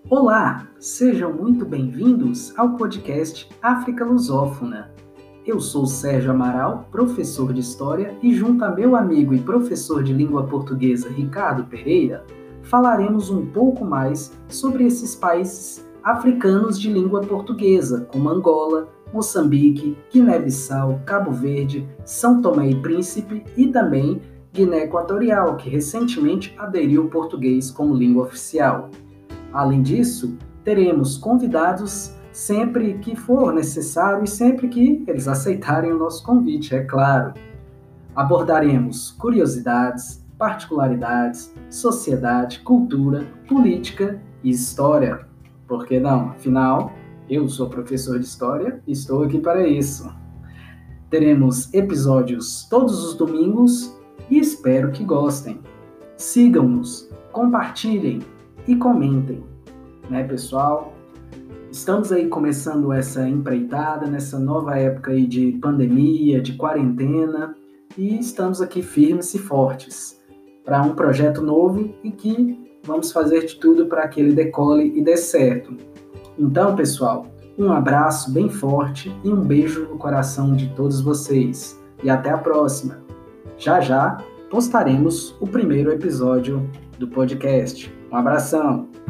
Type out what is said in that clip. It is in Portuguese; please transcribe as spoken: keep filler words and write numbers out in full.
Olá, sejam muito bem-vindos ao podcast África Lusófona. Eu sou Sérgio Amaral, professor de História, e junto a meu amigo e professor de Língua Portuguesa Ricardo Pereira, falaremos um pouco mais sobre esses países africanos de língua portuguesa, como Angola, Moçambique, Guiné-Bissau, Cabo Verde, São Tomé e Príncipe e também Guiné Equatorial, que recentemente aderiu ao português como língua oficial. Além disso, teremos convidados sempre que for necessário e sempre que eles aceitarem o nosso convite, é claro. Abordaremos curiosidades, particularidades, sociedade, cultura, política e história. Por que não? Afinal, eu sou professor de História e estou aqui para isso. Teremos episódios todos os domingos e espero que gostem. Sigam-nos, compartilhem e comentem, né, pessoal? Estamos aí começando essa empreitada, nessa nova época aí de pandemia, de quarentena, e estamos aqui firmes e fortes para um projeto novo e que vamos fazer de tudo para que ele decole e dê certo. Então, pessoal, um abraço bem forte e um beijo no coração de todos vocês. E até a próxima. Já já postaremos o primeiro episódio do podcast. Um abração!